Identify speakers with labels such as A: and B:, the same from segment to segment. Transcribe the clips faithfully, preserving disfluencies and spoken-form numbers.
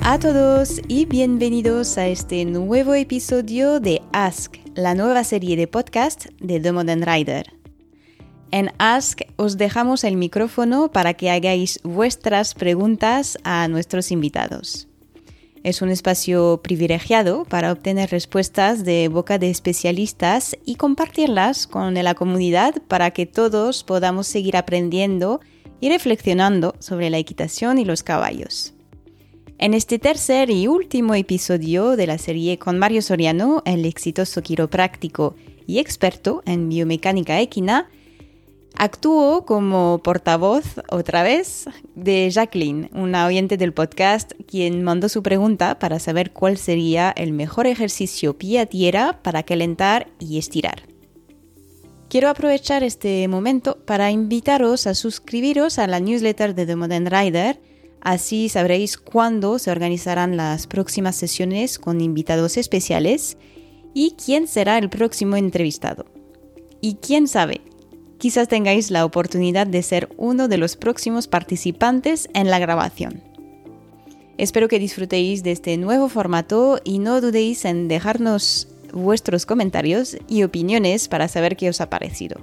A: a todos y bienvenidos a este nuevo episodio de Ask, la nueva serie de podcast de The Modern Rider. En Ask os dejamos el micrófono para que hagáis vuestras preguntas a nuestros invitados. Es un espacio privilegiado para obtener respuestas de boca de especialistas y compartirlas con la comunidad para que todos podamos seguir aprendiendo y reflexionando sobre la equitación y los caballos. En este tercer y último episodio de la serie con Mario Soriano, el exitoso quiropráctico y experto en biomecánica equina, actuó como portavoz, otra vez, de Jacqueline, una oyente del podcast, quien mandó su pregunta para saber cuál sería el mejor ejercicio pie a tierra para calentar y estirar. Quiero aprovechar este momento para invitaros a suscribiros a la newsletter de The Modern Rider. Así sabréis cuándo se organizarán las próximas sesiones con invitados especiales y quién será el próximo entrevistado. Y quién sabe, quizás tengáis la oportunidad de ser uno de los próximos participantes en la grabación. Espero que disfrutéis de este nuevo formato y no dudéis en dejarnos vuestros comentarios y opiniones para saber qué os ha parecido.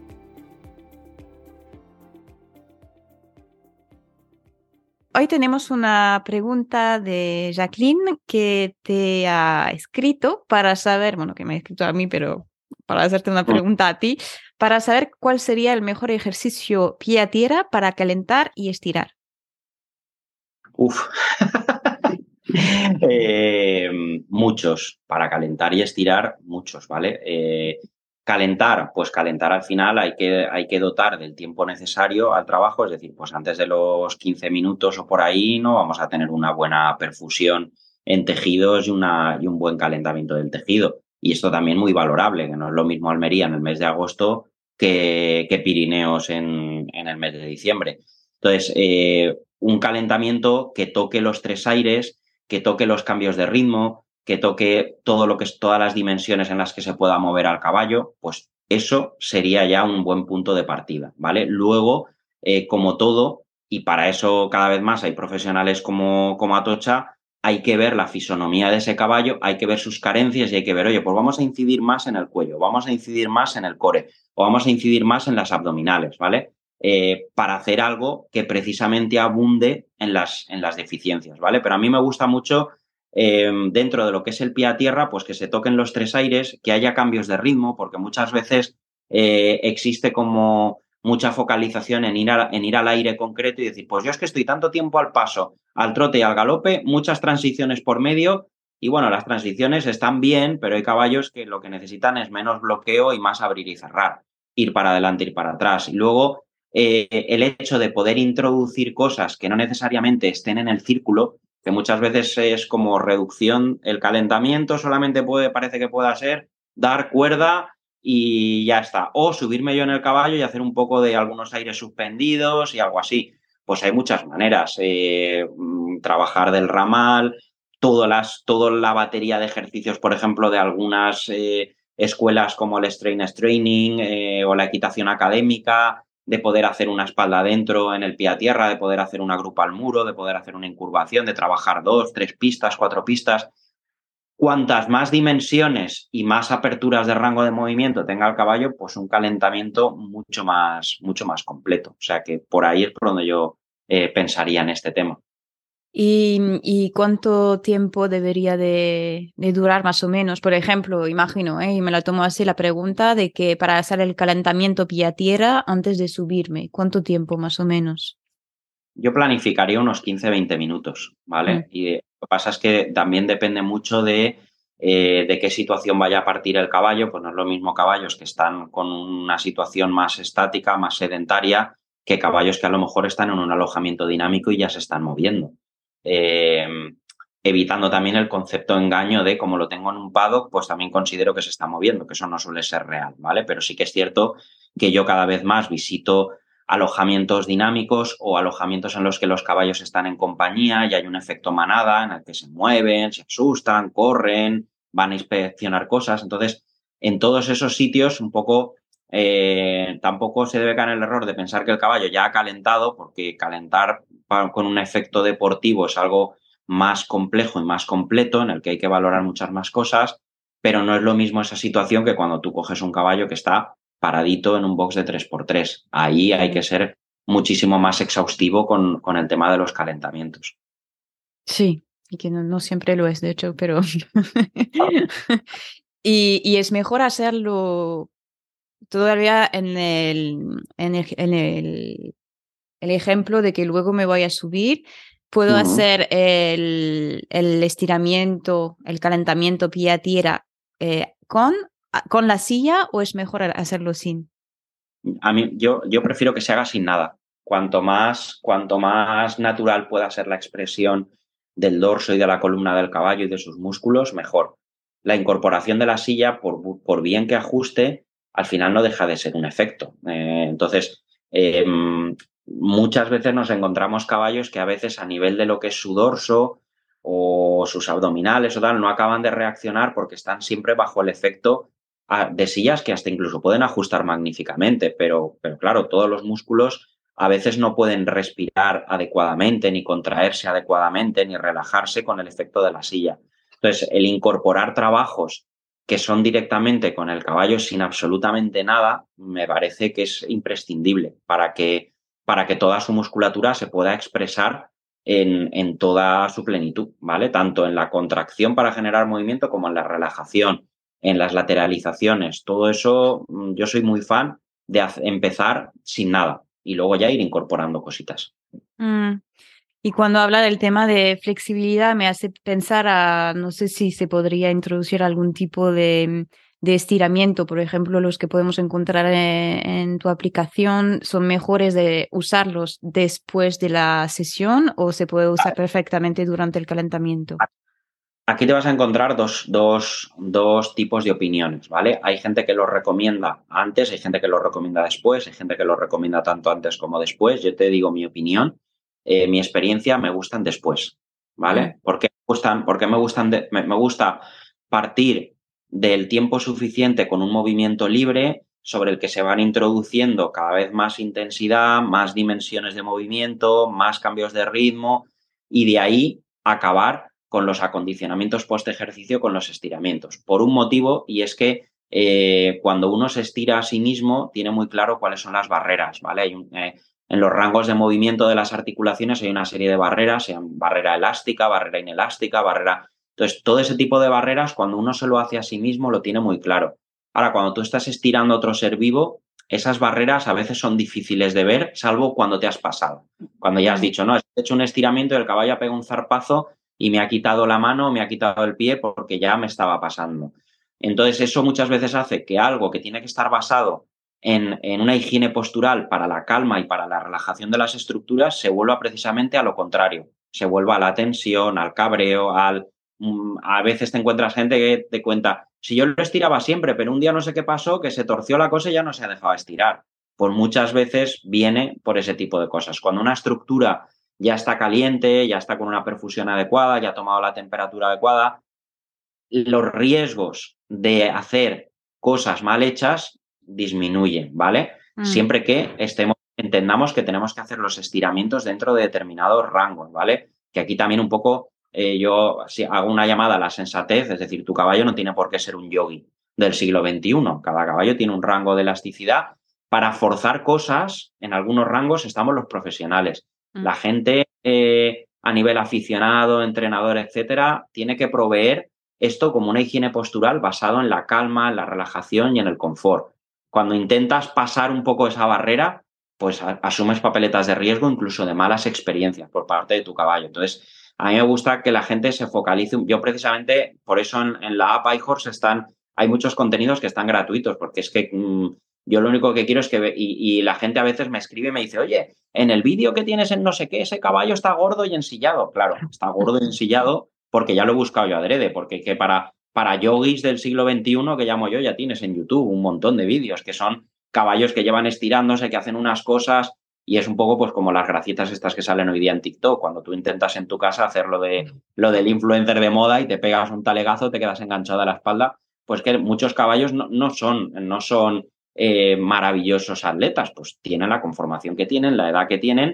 A: Hoy tenemos una pregunta de Jacqueline que te ha escrito para saber, bueno, que me ha escrito a mí, pero para hacerte una pregunta a ti, para saber cuál sería el mejor ejercicio pie a tierra para calentar y estirar.
B: Uf, eh, muchos, para calentar y estirar, muchos, ¿vale? Eh, calentar, pues calentar al final hay que, hay que dotar del tiempo necesario al trabajo, es decir, pues antes de los quince minutos o por ahí no vamos a tener una buena perfusión en tejidos y, una, y un buen calentamiento del tejido. Y esto también muy valorable, que no es lo mismo Almería en el mes de agosto que, que Pirineos en, en el mes de diciembre. Entonces, eh, un calentamiento que toque los tres aires, que toque los cambios de ritmo, que toque todo lo que es todas las dimensiones en las que se pueda mover al caballo, pues eso sería ya un buen punto de partida, ¿vale? Luego, eh, como todo, y para eso cada vez más hay profesionales como, como Atocha, hay que ver la fisonomía de ese caballo, hay que ver sus carencias y hay que ver, oye, pues vamos a incidir más en el cuello, vamos a incidir más en el core, o vamos a incidir más en las abdominales, ¿vale? Eh, para hacer algo que precisamente abunde en las, en las deficiencias, ¿vale? Pero a mí me gusta mucho, eh, dentro de lo que es el pie a tierra, pues que se toquen los tres aires, que haya cambios de ritmo, porque muchas veces eh, existe como mucha focalización en ir, a, en ir al aire concreto y decir, pues yo es que estoy tanto tiempo al paso, al trote y al galope, muchas transiciones por medio, y bueno, las transiciones están bien, pero hay caballos que lo que necesitan es menos bloqueo y más abrir y cerrar, ir para adelante, ir para atrás. Y luego Eh, el hecho de poder introducir cosas que no necesariamente estén en el círculo, que muchas veces es como reducción, el calentamiento solamente puede, parece que pueda ser dar cuerda y ya está. O subirme yo en el caballo y hacer un poco de algunos aires suspendidos y algo así. Pues hay muchas maneras. Eh, trabajar del ramal, todas las, toda la batería de ejercicios, por ejemplo, de algunas eh, escuelas como el Strain Training eh, o la equitación académica, de poder hacer una espalda adentro en el pie a tierra, de poder hacer una grupa al muro, de poder hacer una incurvación, de trabajar dos, tres pistas, cuatro pistas. Cuantas más dimensiones y más aperturas de rango de movimiento tenga el caballo, pues un calentamiento mucho más, mucho más completo. O sea que por ahí es por donde yo eh, pensaría en este tema.
A: ¿Y, y cuánto tiempo debería de, de durar más o menos? Por ejemplo, imagino, ¿eh? Y me la tomo así la pregunta de que para hacer el calentamiento pie a tierra antes de subirme, ¿cuánto tiempo más o menos?
B: Yo planificaría unos quince a veinte minutos, ¿vale?
A: Mm.
B: Y lo que pasa es que también depende mucho de, eh, de qué situación vaya a partir el caballo. Pues no es lo mismo caballos que están con una situación más estática, más sedentaria, que caballos que a lo mejor están en un alojamiento dinámico y ya se están moviendo. Eh, evitando también el concepto engaño de como lo tengo en un paddock, pues también considero que se está moviendo, que eso no suele ser real, ¿vale? Pero sí que es cierto que yo cada vez más visito alojamientos dinámicos o alojamientos en los que los caballos están en compañía y hay un efecto manada en el que se mueven, se asustan, corren, van a inspeccionar cosas. Entonces, en todos esos sitios, un poco, eh, tampoco se debe caer en el error de pensar que el caballo ya ha calentado, porque calentar con un efecto deportivo es algo más complejo y más completo, en el que hay que valorar muchas más cosas, pero no es lo mismo esa situación que cuando tú coges un caballo que está paradito en un box de tres por tres. Ahí hay que ser muchísimo más exhaustivo con, con el tema de los calentamientos.
A: Sí, y que no, no siempre lo es, de hecho, pero... y, y es mejor hacerlo todavía en el, en el, en el, el ejemplo de que luego me voy a subir. Puedo
B: Uh-huh.
A: hacer el, el estiramiento, el calentamiento pie a tierra eh, con, con la silla, o es mejor hacerlo sin.
B: A mí, yo, yo prefiero que se haga sin nada. Cuanto más, cuanto más natural pueda ser la expresión del dorso y de la columna del caballo y de sus músculos, mejor. La incorporación de la silla, por, por bien que ajuste, al final no deja de ser un efecto. Eh, entonces, eh, muchas veces nos encontramos caballos que a veces a nivel de lo que es su dorso o sus abdominales o tal, no acaban de reaccionar porque están siempre bajo el efecto de sillas que hasta incluso pueden ajustar magníficamente, pero, pero claro, todos los músculos a veces no pueden respirar adecuadamente, ni contraerse adecuadamente, ni relajarse con el efecto de la silla. Entonces, el incorporar trabajos que son directamente con el caballo sin absolutamente nada, me parece que es imprescindible para que, para que toda su musculatura se pueda expresar en, en toda su plenitud, ¿vale? Tanto en la contracción para generar movimiento como en la relajación, en las lateralizaciones. Todo eso, yo soy muy fan de empezar sin nada y luego ya ir incorporando cositas.
A: Mm. Y cuando habla del tema de flexibilidad, me hace pensar a, no sé si se podría introducir algún tipo de, de estiramiento. Por ejemplo, los que podemos encontrar en, en tu aplicación, ¿son mejores de usarlos después de la sesión o se puede usar perfectamente durante el calentamiento?
B: Aquí te vas a encontrar dos, dos, dos tipos de opiniones, ¿vale? Hay gente que los recomienda antes, hay gente que los recomienda después, hay gente que los recomienda tanto antes como después. Yo te digo mi opinión, eh, mi experiencia, me gustan después, ¿vale?
A: Mm.
B: ¿Por qué me gustan? Porque me gustan de, me, me gusta partir del tiempo suficiente con un movimiento libre sobre el que se van introduciendo cada vez más intensidad, más dimensiones de movimiento, más cambios de ritmo y de ahí acabar con los acondicionamientos post ejercicio, con los estiramientos, por un motivo, y es que eh, cuando uno se estira a sí mismo tiene muy claro cuáles son las barreras, ¿vale? Hay un, eh, en los rangos de movimiento de las articulaciones hay una serie de barreras, sean barrera elástica, barrera inelástica, barrera... Entonces, todo ese tipo de barreras, cuando uno se lo hace a sí mismo, lo tiene muy claro. Ahora, cuando tú estás estirando a otro ser vivo, esas barreras a veces son difíciles de ver, salvo cuando te has pasado. Cuando ya has
A: Mm.
B: dicho, no, he hecho un estiramiento y el caballo ha pegado un zarpazo y me ha quitado la mano, me ha quitado el pie porque ya me estaba pasando. Entonces, eso muchas veces hace que algo que tiene que estar basado en, en una higiene postural para la calma y para la relajación de las estructuras se vuelva precisamente a lo contrario. Se vuelva a la tensión, al cabreo, al... A veces te encuentras gente que te cuenta, si yo lo estiraba siempre, pero un día no sé qué pasó, que se torció la cosa y ya no se ha dejado estirar. Pues muchas veces viene por ese tipo de cosas. Cuando una estructura ya está caliente, ya está con una perfusión adecuada, ya ha tomado la temperatura adecuada, los riesgos de hacer cosas mal hechas disminuyen, ¿vale?
A: Mm.
B: Siempre que estemos, entendamos que tenemos que hacer los estiramientos dentro de determinados rangos, ¿vale? Que aquí también un poco eh, yo si hago una llamada a la sensatez, es decir, tu caballo no tiene por qué ser un yogi del siglo veintiuno, cada caballo tiene un rango de elasticidad. Para forzar cosas, en algunos rangos estamos los profesionales.
A: Mm.
B: La gente eh, a nivel aficionado, entrenador, etcétera, tiene que proveer esto como una higiene postural basado en la calma, en la relajación y en el confort. Cuando intentas pasar un poco esa barrera, pues asumes papeletas de riesgo, incluso de malas experiencias por parte de tu caballo. Entonces, a mí me gusta que la gente se focalice. Yo precisamente, por eso en, en la app iHorse están, hay muchos contenidos que están gratuitos, porque es que mmm, yo lo único que quiero es que, y, y la gente a veces me escribe y me dice, oye, en el vídeo que tienes en no sé qué, ese caballo está gordo y ensillado. Claro, está gordo y ensillado porque ya lo he buscado yo adrede, porque que para, para yogis del siglo veintiuno, que llamo yo, ya tienes en YouTube un montón de vídeos que son caballos que llevan estirándose, que hacen unas cosas y es un poco pues como las gracietas estas que salen hoy día en TikTok, cuando tú intentas en tu casa hacer lo, de, lo del influencer de moda y te pegas un talegazo, te quedas enganchado a la espalda, pues que muchos caballos no, no son, no son eh, maravillosos atletas, pues tienen la conformación que tienen, la edad que tienen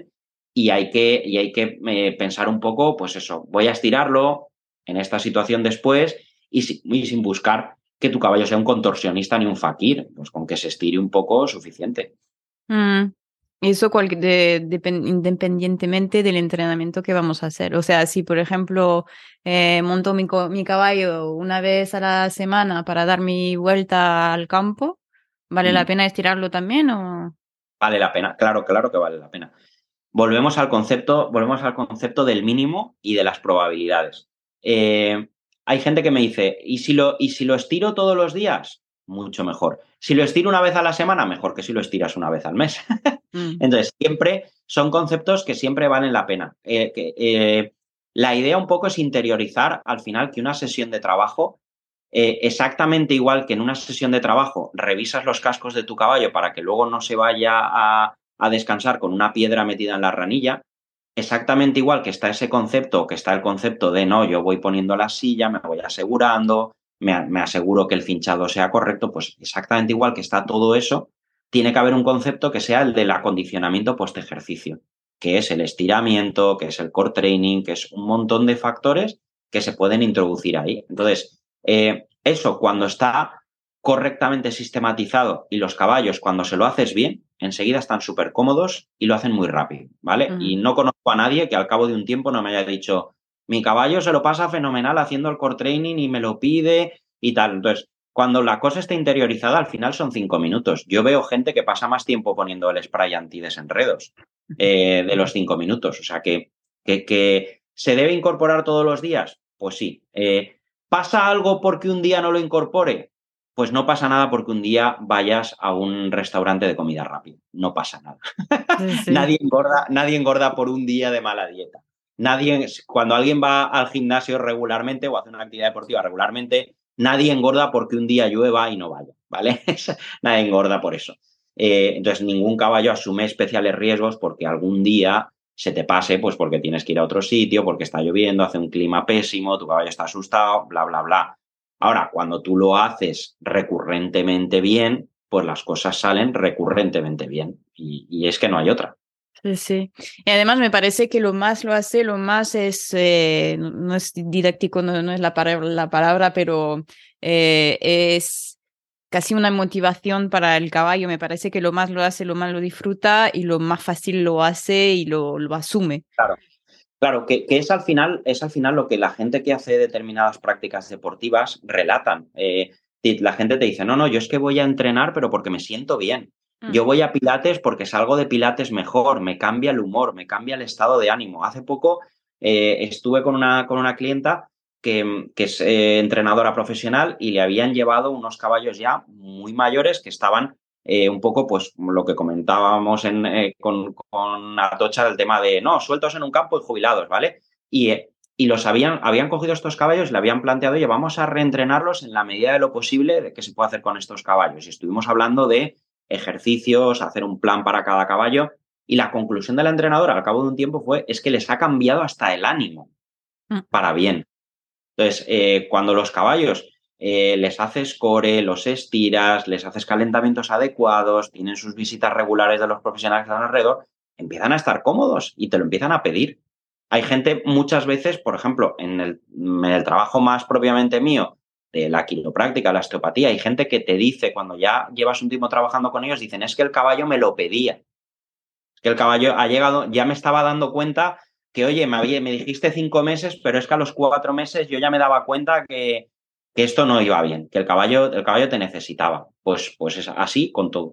B: y hay que, y hay que eh, pensar un poco, pues eso, voy a estirarlo en esta situación después y, si, y sin buscar que tu caballo sea un contorsionista ni un fakir, pues con que se estire un poco suficiente.
A: Mm. Eso cual- de- depen- independientemente del entrenamiento que vamos a hacer. O sea, si por ejemplo eh, monto mi, co- mi caballo una vez a la semana para dar mi vuelta al campo, ¿vale la
B: Mm.
A: pena estirarlo también o...?
B: Vale la pena, claro, claro que vale la pena. Volvemos al concepto, volvemos al concepto del mínimo y de las probabilidades. Eh, hay gente que me dice, ¿y si, lo, ¿y si lo estiro todos los días? Mucho mejor. Si lo estiro una vez a la semana, mejor que si lo estiras una vez al mes.
A: Mm.
B: Entonces, siempre son conceptos que siempre valen la pena. Eh, que, eh, la idea un poco es interiorizar al final que una sesión de trabajo, eh, exactamente igual que en una sesión de trabajo revisas los cascos de tu caballo para que luego no se vaya a, a descansar con una piedra metida en la ranilla, exactamente igual que está ese concepto, que está el concepto de no, yo voy poniendo la silla, me voy asegurando, me, me aseguro que el cinchado sea correcto, pues exactamente igual que está todo eso, tiene que haber un concepto que sea el del acondicionamiento post-ejercicio, que es el estiramiento, que es el core training, que es un montón de factores que se pueden introducir ahí. Entonces, eh, eso cuando está correctamente sistematizado y los caballos, cuando se lo haces bien, enseguida están súper cómodos y lo hacen muy rápido, ¿vale?
A: Mm.
B: Y no conozco a nadie que al cabo de un tiempo no me haya dicho, mi caballo se lo pasa fenomenal haciendo el core training y me lo pide y tal. Entonces, cuando la cosa está interiorizada, al final son cinco minutos. Yo veo gente que pasa más tiempo poniendo el spray antidesenredos eh, de los cinco minutos. O sea, que, que, que ¿se debe incorporar todos los días? Pues sí. Eh, ¿Pasa algo porque un día no lo incorpore? Pues no pasa nada porque un día vayas a un restaurante de comida rápida. No pasa nada.
A: Sí, sí.
B: nadie, engorda, nadie engorda por un día de mala dieta. Nadie, cuando alguien va al gimnasio regularmente o hace una actividad deportiva regularmente, nadie engorda porque un día llueva y no vaya, ¿vale? Nadie engorda por eso. Eh, entonces, ningún caballo asume especiales riesgos porque algún día se te pase, pues porque tienes que ir a otro sitio, porque está lloviendo, hace un clima pésimo, tu caballo está asustado, bla, bla, bla. Ahora, cuando tú lo haces recurrentemente bien, pues las cosas salen recurrentemente bien. Y, y es que no hay otra.
A: Sí, sí. Y además me parece que lo más lo hace, lo más es, eh, no, no es didáctico, no, no es la palabra, la palabra pero eh, es casi una motivación para el caballo. Me parece que lo más lo hace, lo más lo disfruta y lo más fácil lo hace y lo, lo asume.
B: Claro. Claro, que, que es, al final, es al final lo que la gente que hace determinadas prácticas deportivas relatan. Eh, la gente te dice, no, no, yo es que voy a entrenar, pero porque me siento bien.
A: Mm.
B: Yo voy a Pilates porque salgo de Pilates mejor, me cambia el humor, me cambia el estado de ánimo. Hace poco eh, estuve con una, con una clienta que, que es eh, entrenadora profesional y le habían llevado unos caballos ya muy mayores que estaban Eh, un poco, pues, lo que comentábamos en, eh, con, con Atocha, el tema de, no, sueltos en un campo y jubilados, ¿vale? Y, eh, y los habían, habían cogido estos caballos y le habían planteado, oye, vamos a reentrenarlos en la medida de lo posible de qué se puede hacer con estos caballos. Y estuvimos hablando de ejercicios, hacer un plan para cada caballo. Y la conclusión de la entrenadora al cabo de un tiempo fue, es que les ha cambiado hasta el ánimo
A: Mm.
B: para bien. Entonces, eh, cuando los caballos eh, les haces core, los estiras, les haces calentamientos adecuados, tienen sus visitas regulares de los profesionales que están alrededor, empiezan a estar cómodos y te lo empiezan a pedir. Hay gente muchas veces, por ejemplo, en el, en el trabajo más propiamente mío, de la quiropráctica, la osteopatía, hay gente que te dice, cuando ya llevas un tiempo trabajando con ellos, dicen, es que el caballo me lo pedía. Es que el caballo ha llegado, ya me estaba dando cuenta que, oye, me, había, me dijiste cinco meses, pero es que a los cuatro meses yo ya me daba cuenta que, que esto no iba bien, que el caballo, el caballo te necesitaba. Pues, pues es así con todo.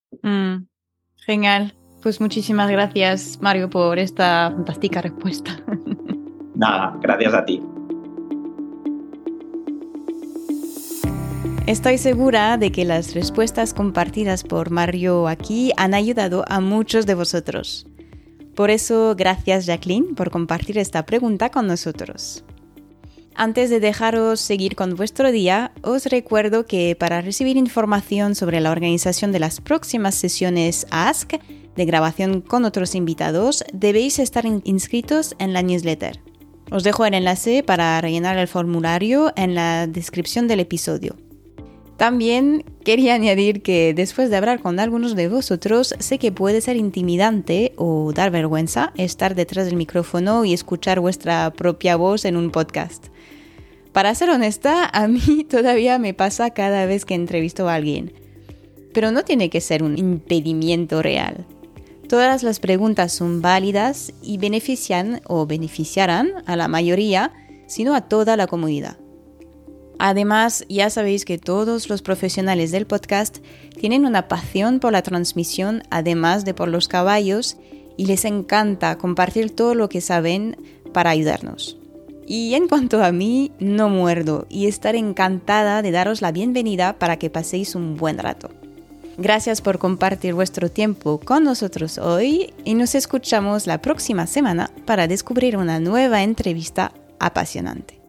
A: Mm. Genial. Pues muchísimas gracias, Mario, por esta fantástica respuesta.
B: Nada, gracias a ti.
A: Estoy segura de que las respuestas compartidas por Mario aquí han ayudado a muchos de vosotros. Por eso, gracias Jacqueline por compartir esta pregunta con nosotros. Antes de dejaros seguir con vuestro día, os recuerdo que para recibir información sobre la organización de las próximas sesiones Ask de grabación con otros invitados, debéis estar inscritos en la newsletter. Os dejo el enlace para rellenar el formulario en la descripción del episodio. También quería añadir que después de hablar con algunos de vosotros, sé que puede ser intimidante o dar vergüenza estar detrás del micrófono y escuchar vuestra propia voz en un podcast. Para ser honesta, a mí todavía me pasa cada vez que entrevisto a alguien. Pero no tiene que ser un impedimento real. Todas las preguntas son válidas y benefician o beneficiarán a la mayoría, sino a toda la comunidad. Además, ya sabéis que todos los profesionales del podcast tienen una pasión por la transmisión, además de por los caballos, y les encanta compartir todo lo que saben para ayudarnos. Y en cuanto a mí, no muerdo y estaré encantada de daros la bienvenida para que paséis un buen rato. Gracias por compartir vuestro tiempo con nosotros hoy y nos escuchamos la próxima semana para descubrir una nueva entrevista apasionante.